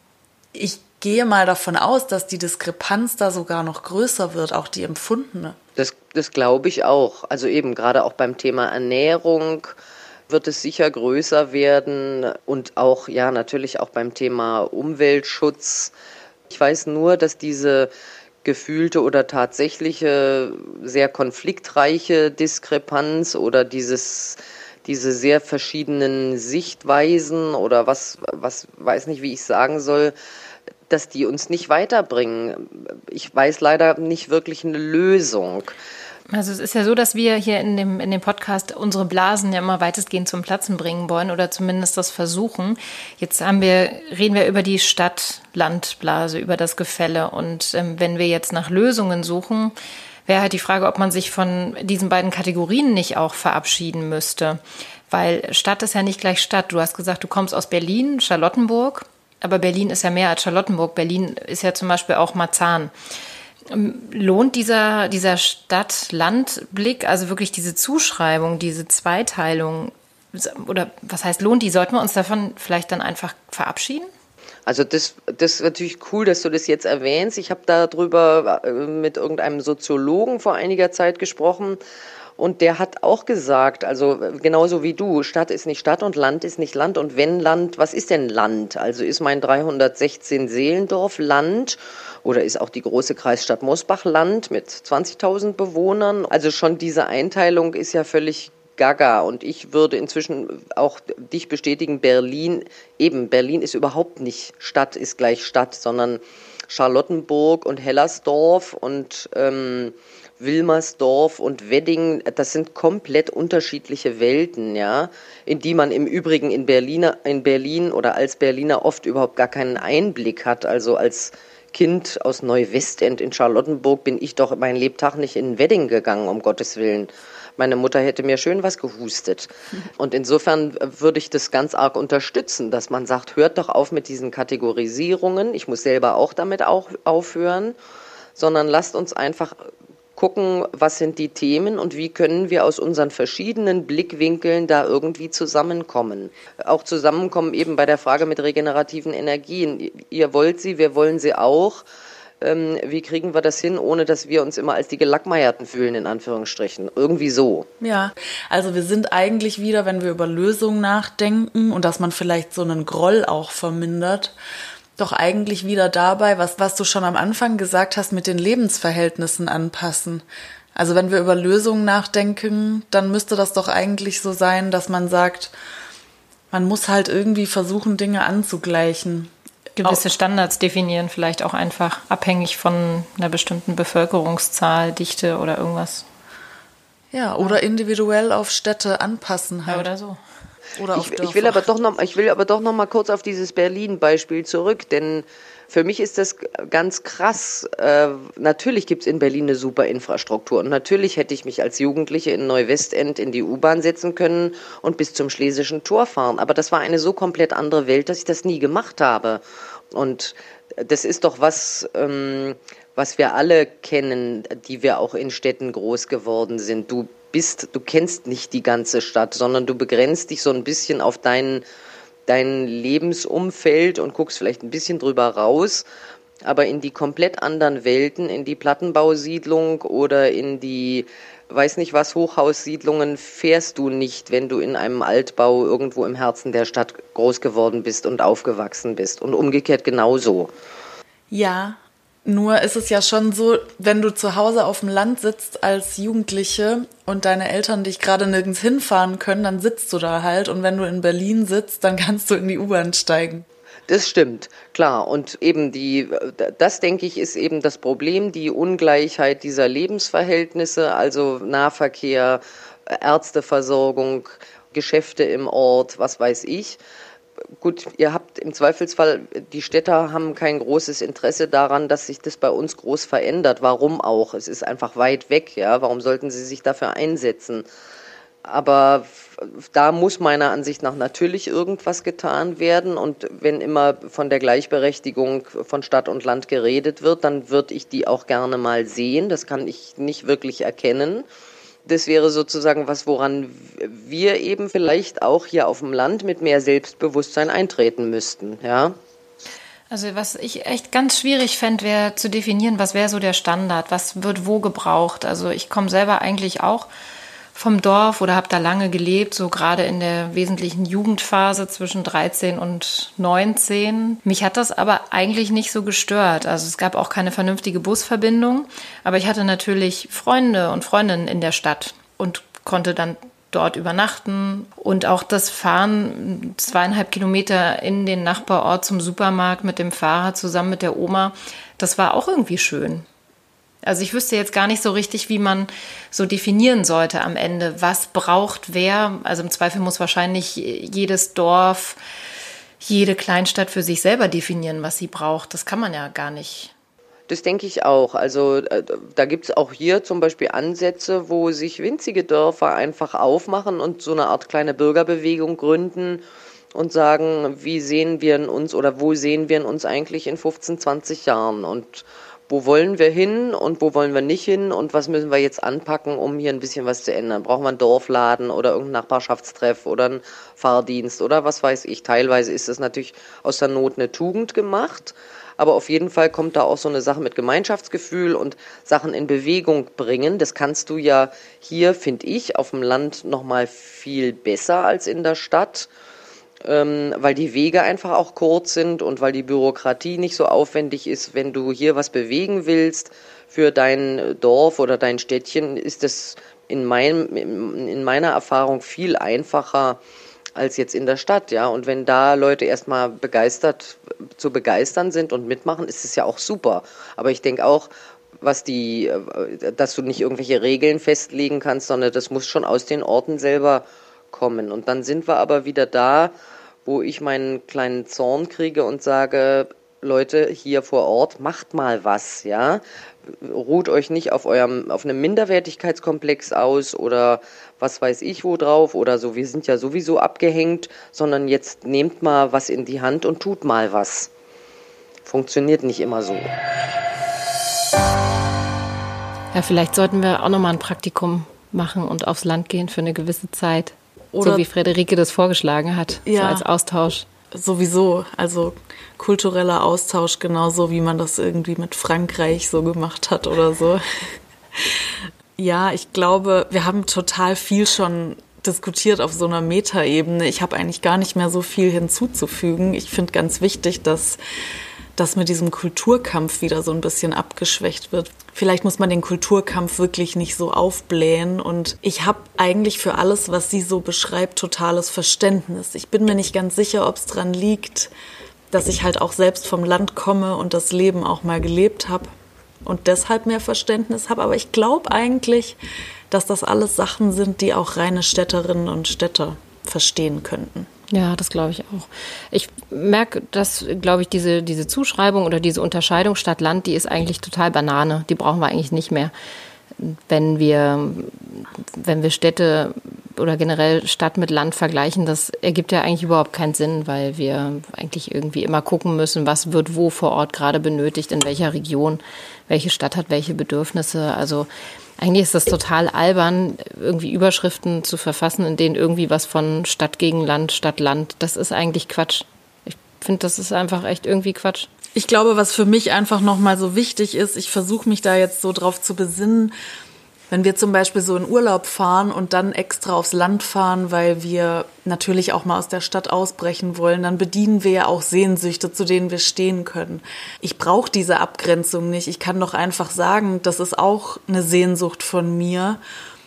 ich gehe mal davon aus, dass die Diskrepanz da sogar noch größer wird, auch die empfundene. Das, das glaube ich auch. Also eben gerade auch beim Thema Ernährung wird es sicher größer werden und auch, ja, natürlich auch beim Thema Umweltschutz. Ich weiß nur, dass diese gefühlte oder tatsächliche, sehr konfliktreiche Diskrepanz oder dieses diese sehr verschiedenen Sichtweisen oder was, was weiß nicht, wie ich sagen soll, dass die uns nicht weiterbringen. Ich weiß leider nicht wirklich eine Lösung. Also es ist ja so, dass wir hier in dem, in dem Podcast unsere Blasen ja immer weitestgehend zum Platzen bringen wollen oder zumindest das versuchen. Jetzt haben wir, reden wir über die Stadt-Land-Blase, über das Gefälle. Und ähm, wenn wir jetzt nach Lösungen suchen, wäre halt die Frage, ob man sich von diesen beiden Kategorien nicht auch verabschieden müsste. Weil Stadt ist ja nicht gleich Stadt. Du hast gesagt, du kommst aus Berlin, Charlottenburg. Aber Berlin ist ja mehr als Charlottenburg. Berlin ist ja zum Beispiel auch Marzahn. Lohnt dieser, dieser Stadt-Land-Blick, also wirklich diese Zuschreibung, diese Zweiteilung, oder was heißt lohnt die? Sollten wir uns davon vielleicht dann einfach verabschieden? Also das, das ist natürlich cool, dass du das jetzt erwähnst. Ich habe darüber mit irgendeinem Soziologen vor einiger Zeit gesprochen. Und der hat auch gesagt, also genauso wie du, Stadt ist nicht Stadt und Land ist nicht Land. Und wenn Land, was ist denn Land? Also ist mein dreihundertsechzehn Seelendorf Land oder ist auch die große Kreisstadt Mosbach Land mit zwanzigtausend Bewohnern? Also schon diese Einteilung ist ja völlig gaga. Und ich würde inzwischen auch dich bestätigen, Berlin, eben Berlin ist überhaupt nicht Stadt, ist gleich Stadt, sondern Charlottenburg und Hellersdorf und ähm, Wilmersdorf und Wedding, das sind komplett unterschiedliche Welten, ja, in die man im Übrigen in Berliner, in Berlin oder als Berliner oft überhaupt gar keinen Einblick hat. Also als Kind aus Neuwestend in Charlottenburg bin ich doch mein Lebtag nicht in Wedding gegangen, um Gottes Willen. Meine Mutter hätte mir schön was gehustet. Und insofern würde ich das ganz arg unterstützen, dass man sagt, hört doch auf mit diesen Kategorisierungen. Ich muss selber auch damit auch aufhören, sondern lasst uns einfach gucken, was sind die Themen und wie können wir aus unseren verschiedenen Blickwinkeln da irgendwie zusammenkommen. Auch zusammenkommen eben bei der Frage mit regenerativen Energien. Ihr wollt sie, wir wollen sie auch. Ähm, wie kriegen wir das hin, ohne dass wir uns immer als die Gelackmeierten fühlen, in Anführungsstrichen? Irgendwie so. Ja, also wir sind eigentlich wieder, wenn wir über Lösungen nachdenken und dass man vielleicht so einen Groll auch vermindert, doch eigentlich wieder dabei, was, was du schon am Anfang gesagt hast, mit den Lebensverhältnissen anpassen. Also wenn wir über Lösungen nachdenken, dann müsste das doch eigentlich so sein, dass man sagt, man muss halt irgendwie versuchen, Dinge anzugleichen. Gewisse Standards definieren, vielleicht auch einfach abhängig von einer bestimmten Bevölkerungszahl, Dichte oder irgendwas. Ja, oder individuell auf Städte anpassen halt. Ja, oder so. Oder auf ich, ich will aber doch noch, ich will aber doch noch mal kurz auf dieses Berlin-Beispiel zurück, denn für mich ist das ganz krass. Äh, natürlich gibt es in Berlin eine super Infrastruktur und natürlich hätte ich mich als Jugendliche in Neuwestend in die U-Bahn setzen können und bis zum Schlesischen Tor fahren. Aber das war eine so komplett andere Welt, dass ich das nie gemacht habe. Und das ist doch was, ähm, was wir alle kennen, die wir auch in Städten groß geworden sind. Du bist, du kennst nicht die ganze Stadt, sondern du begrenzt dich so ein bisschen auf deinen dein Lebensumfeld und guckst vielleicht ein bisschen drüber raus, aber in die komplett anderen Welten, in die Plattenbausiedlung oder in die, weiß nicht was, Hochhaussiedlungen fährst du nicht, wenn du in einem Altbau irgendwo im Herzen der Stadt groß geworden bist und aufgewachsen bist und umgekehrt genauso. Ja, nur ist es ja schon so, wenn du zu Hause auf dem Land sitzt als Jugendliche und deine Eltern dich gerade nirgends hinfahren können, dann sitzt du da halt. Und wenn du in Berlin sitzt, dann kannst du in die U-Bahn steigen. Das stimmt, klar. Und eben die, das denke ich, ist eben das Problem, die Ungleichheit dieser Lebensverhältnisse, also Nahverkehr, Ärzteversorgung, Geschäfte im Ort, was weiß ich. Gut, ihr habt im Zweifelsfall, die Städter haben kein großes Interesse daran, dass sich das bei uns groß verändert. Warum auch? Es ist einfach weit weg, ja. Warum sollten sie sich dafür einsetzen? Aber da muss meiner Ansicht nach natürlich irgendwas getan werden. Und wenn immer von der Gleichberechtigung von Stadt und Land geredet wird, dann würde ich die auch gerne mal sehen. Das kann ich nicht wirklich erkennen. Das wäre sozusagen was, woran wir eben vielleicht auch hier auf dem Land mit mehr Selbstbewusstsein eintreten müssten, ja. Also was ich echt ganz schwierig fände, wäre zu definieren, was wäre so der Standard, was wird wo gebraucht. Also ich komme selber eigentlich auch vom Dorf oder habe da lange gelebt, so gerade in der wesentlichen Jugendphase zwischen dreizehn und neunzehn. Mich hat das aber eigentlich nicht so gestört. Also es gab auch keine vernünftige Busverbindung, aber ich hatte natürlich Freunde und Freundinnen in der Stadt und konnte dann dort übernachten. Und auch das Fahren zweieinhalb Kilometer in den Nachbarort zum Supermarkt mit dem Fahrrad zusammen mit der Oma, das war auch irgendwie schön. Also ich wüsste jetzt gar nicht so richtig, wie man so definieren sollte am Ende, was braucht wer. Also im Zweifel muss wahrscheinlich jedes Dorf, jede Kleinstadt für sich selber definieren, was sie braucht. Das kann man ja gar nicht. Das denke ich auch. Also äh, da gibt es auch hier zum Beispiel Ansätze, wo sich winzige Dörfer einfach aufmachen und so eine Art kleine Bürgerbewegung gründen und sagen, wie sehen wir in uns oder wo sehen wir in uns eigentlich in fünfzehn, zwanzig Jahren und wo wollen wir hin und wo wollen wir nicht hin und was müssen wir jetzt anpacken, um hier ein bisschen was zu ändern? Brauchen wir einen Dorfladen oder irgendeinen Nachbarschaftstreff oder einen Fahrdienst oder was weiß ich? Teilweise ist es natürlich aus der Not eine Tugend gemacht, aber auf jeden Fall kommt da auch so eine Sache mit Gemeinschaftsgefühl und Sachen in Bewegung bringen. Das kannst du ja hier, finde ich, auf dem Land noch mal viel besser als in der Stadt. Ähm, weil die Wege einfach auch kurz sind und weil die Bürokratie nicht so aufwendig ist. Wenn du hier was bewegen willst für dein Dorf oder dein Städtchen, ist das in, meinem, in meiner Erfahrung viel einfacher als jetzt in der Stadt. Ja? Und wenn da Leute erstmal begeistert zu begeistern sind und mitmachen, ist es ja auch super. Aber ich denke auch, was die, dass du nicht irgendwelche Regeln festlegen kannst, sondern das muss schon aus den Orten selber kommen. Und dann sind wir aber wieder da, wo ich meinen kleinen Zorn kriege und sage, Leute, hier vor Ort, macht mal was, ja. Ruht euch nicht auf eurem, auf einem Minderwertigkeitskomplex aus oder was weiß ich wo drauf oder so, wir sind ja sowieso abgehängt, sondern jetzt nehmt mal was in die Hand und tut mal was. Funktioniert nicht immer so. Ja, vielleicht sollten wir auch nochmal ein Praktikum machen und aufs Land gehen für eine gewisse Zeit. Oder so wie Friederike das vorgeschlagen hat, ja, so als Austausch. Sowieso, also kultureller Austausch, genauso wie man das irgendwie mit Frankreich so gemacht hat oder so. Ja, ich glaube, wir haben total viel schon diskutiert auf so einer Metaebene. Ich habe eigentlich gar nicht mehr so viel hinzuzufügen. Ich finde ganz wichtig, dass dass mit diesem Kulturkampf wieder so ein bisschen abgeschwächt wird. Vielleicht muss man den Kulturkampf wirklich nicht so aufblähen. Und ich habe eigentlich für alles, was sie so beschreibt, totales Verständnis. Ich bin mir nicht ganz sicher, ob es dran liegt, dass ich halt auch selbst vom Land komme und das Leben auch mal gelebt habe und deshalb mehr Verständnis habe. Aber ich glaube eigentlich, dass das alles Sachen sind, die auch reine Städterinnen und Städter verstehen könnten. Ja, das glaube ich auch. Ich merke, dass, glaube ich, diese, diese Zuschreibung oder diese Unterscheidung Stadt-Land, die ist eigentlich total Banane. Die brauchen wir eigentlich nicht mehr. Wenn wir, wenn wir Städte oder generell Stadt mit Land vergleichen, das ergibt ja eigentlich überhaupt keinen Sinn, weil wir eigentlich irgendwie immer gucken müssen, was wird wo vor Ort gerade benötigt, in welcher Region, welche Stadt hat welche Bedürfnisse. Also eigentlich ist das total albern, irgendwie Überschriften zu verfassen, in denen irgendwie was von Stadt gegen Land, Stadt, Land, das ist eigentlich Quatsch. Ich finde, das ist einfach echt irgendwie Quatsch. Ich glaube, was für mich einfach nochmal so wichtig ist, ich versuche mich da jetzt so drauf zu besinnen, wenn wir zum Beispiel so in Urlaub fahren und dann extra aufs Land fahren, weil wir natürlich auch mal aus der Stadt ausbrechen wollen, dann bedienen wir ja auch Sehnsüchte, zu denen wir stehen können. Ich brauche diese Abgrenzung nicht. Ich kann doch einfach sagen, das ist auch eine Sehnsucht von mir.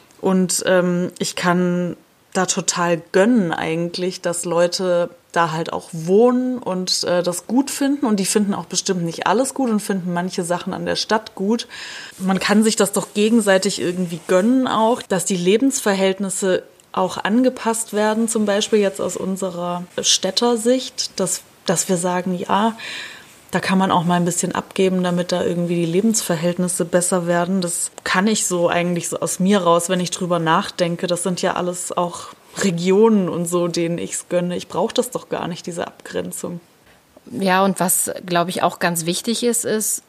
Und ähm, ich kann da total gönnen eigentlich, dass Leute da halt auch wohnen und äh, das gut finden. Und die finden auch bestimmt nicht alles gut und finden manche Sachen an der Stadt gut. Man kann sich das doch gegenseitig irgendwie gönnen auch, dass die Lebensverhältnisse auch angepasst werden, zum Beispiel jetzt aus unserer Städtersicht, dass, dass wir sagen, ja, da kann man auch mal ein bisschen abgeben, damit da irgendwie die Lebensverhältnisse besser werden. Das kann ich so eigentlich so aus mir raus, wenn ich drüber nachdenke. Das sind ja alles auch Regionen und so, denen ich es gönne. Ich brauche das doch gar nicht, diese Abgrenzung. Ja, und was, glaube ich, auch ganz wichtig ist, ist,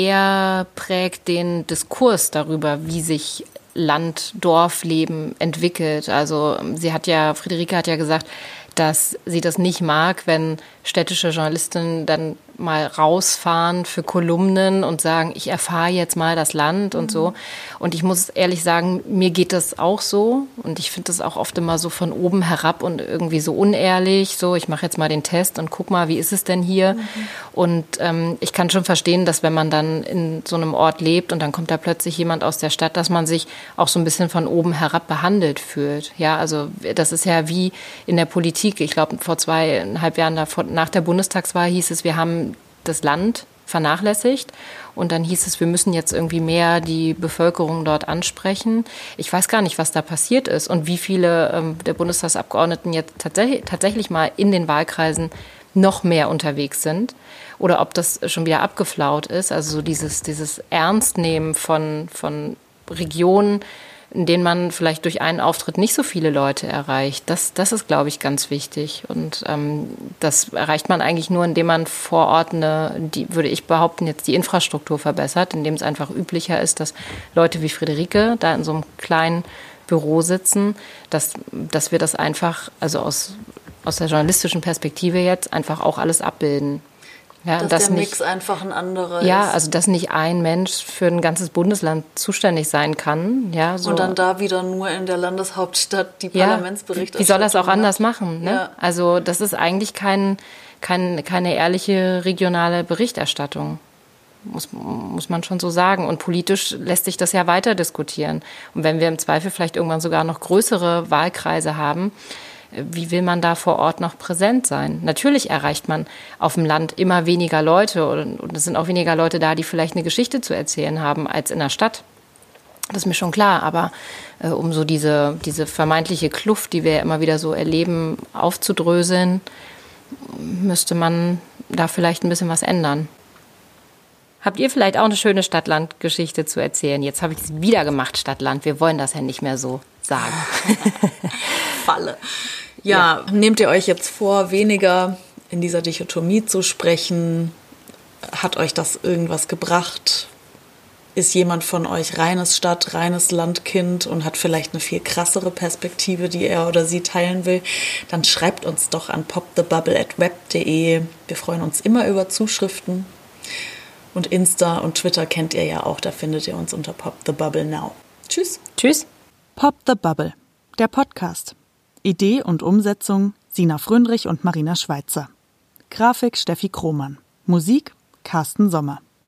wer prägt den Diskurs darüber, wie sich Land-Dorf-Leben entwickelt. Also sie hat ja, Friederike hat ja gesagt, dass sie das nicht mag, wenn städtische Journalistinnen dann mal rausfahren für Kolumnen und sagen, ich erfahre jetzt mal das Land und so. Und ich muss ehrlich sagen, mir geht das auch so. Und ich finde das auch oft immer so von oben herab und irgendwie so unehrlich. So, ich mache jetzt mal den Test und guck mal, wie ist es denn hier? Mhm. Und ähm, ich kann schon verstehen, dass wenn man dann in so einem Ort lebt und dann kommt da plötzlich jemand aus der Stadt, dass man sich auch so ein bisschen von oben herab behandelt fühlt. Ja, also das ist ja wie in der Politik. Ich glaube, vor zweieinhalb Jahren davor, nach der Bundestagswahl hieß es, wir haben das Land vernachlässigt und dann hieß es, wir müssen jetzt irgendwie mehr die Bevölkerung dort ansprechen. Ich weiß gar nicht, was da passiert ist und wie viele ähm, der Bundestagsabgeordneten jetzt tatsächlich, tatsächlich mal in den Wahlkreisen noch mehr unterwegs sind oder ob das schon wieder abgeflaut ist. Also so dieses, dieses Ernstnehmen von, von Regionen, in denen man vielleicht durch einen Auftritt nicht so viele Leute erreicht. Das, das ist, glaube ich, ganz wichtig. Und ähm, das erreicht man eigentlich nur, indem man vor Ort eine, die, würde ich behaupten, jetzt die Infrastruktur verbessert, indem es einfach üblicher ist, dass Leute wie Friederike da in so einem kleinen Büro sitzen, dass, dass wir das einfach, also aus, aus der journalistischen Perspektive jetzt, einfach auch alles abbilden. Ja, dass das der nicht, Mix einfach ein anderer ja, ist. also dass nicht ein Mensch für ein ganzes Bundesland zuständig sein kann. Ja, so. Und dann da wieder nur in der Landeshauptstadt die Parlamentsberichterstattung. Ja, wie soll das auch anders machen? Ne? Ja. Also das ist eigentlich kein, kein, keine ehrliche regionale Berichterstattung, muss, muss man schon so sagen. Und politisch lässt sich das ja weiter diskutieren. Und wenn wir im Zweifel vielleicht irgendwann sogar noch größere Wahlkreise haben, wie will man da vor Ort noch präsent sein? Natürlich erreicht man auf dem Land immer weniger Leute und es sind auch weniger Leute da, die vielleicht eine Geschichte zu erzählen haben, als in der Stadt. Das ist mir schon klar, aber äh, um so diese, diese vermeintliche Kluft, die wir ja immer wieder so erleben, aufzudröseln, müsste man da vielleicht ein bisschen was ändern. Habt ihr vielleicht auch eine schöne Stadt-Land-Geschichte zu erzählen? Jetzt habe ich es wieder gemacht, Stadt-Land. Wir wollen das ja nicht mehr so sagen. Falle. Ja, ja, nehmt ihr euch jetzt vor, weniger in dieser Dichotomie zu sprechen? Hat euch das irgendwas gebracht? Ist jemand von euch reines Stadt-, reines Landkind und hat vielleicht eine viel krassere Perspektive, die er oder sie teilen will? Dann schreibt uns doch an popthebubble at web punkt de. Wir freuen uns immer über Zuschriften. Und Insta und Twitter kennt ihr ja auch, da findet ihr uns unter popthebubble.now. Tschüss. Tschüss. Pop the Bubble, der Podcast. Idee und Umsetzung Sina Fröndrich und Marina Schweitzer. Grafik Steffi Krohmann. Musik Carsten Sommer.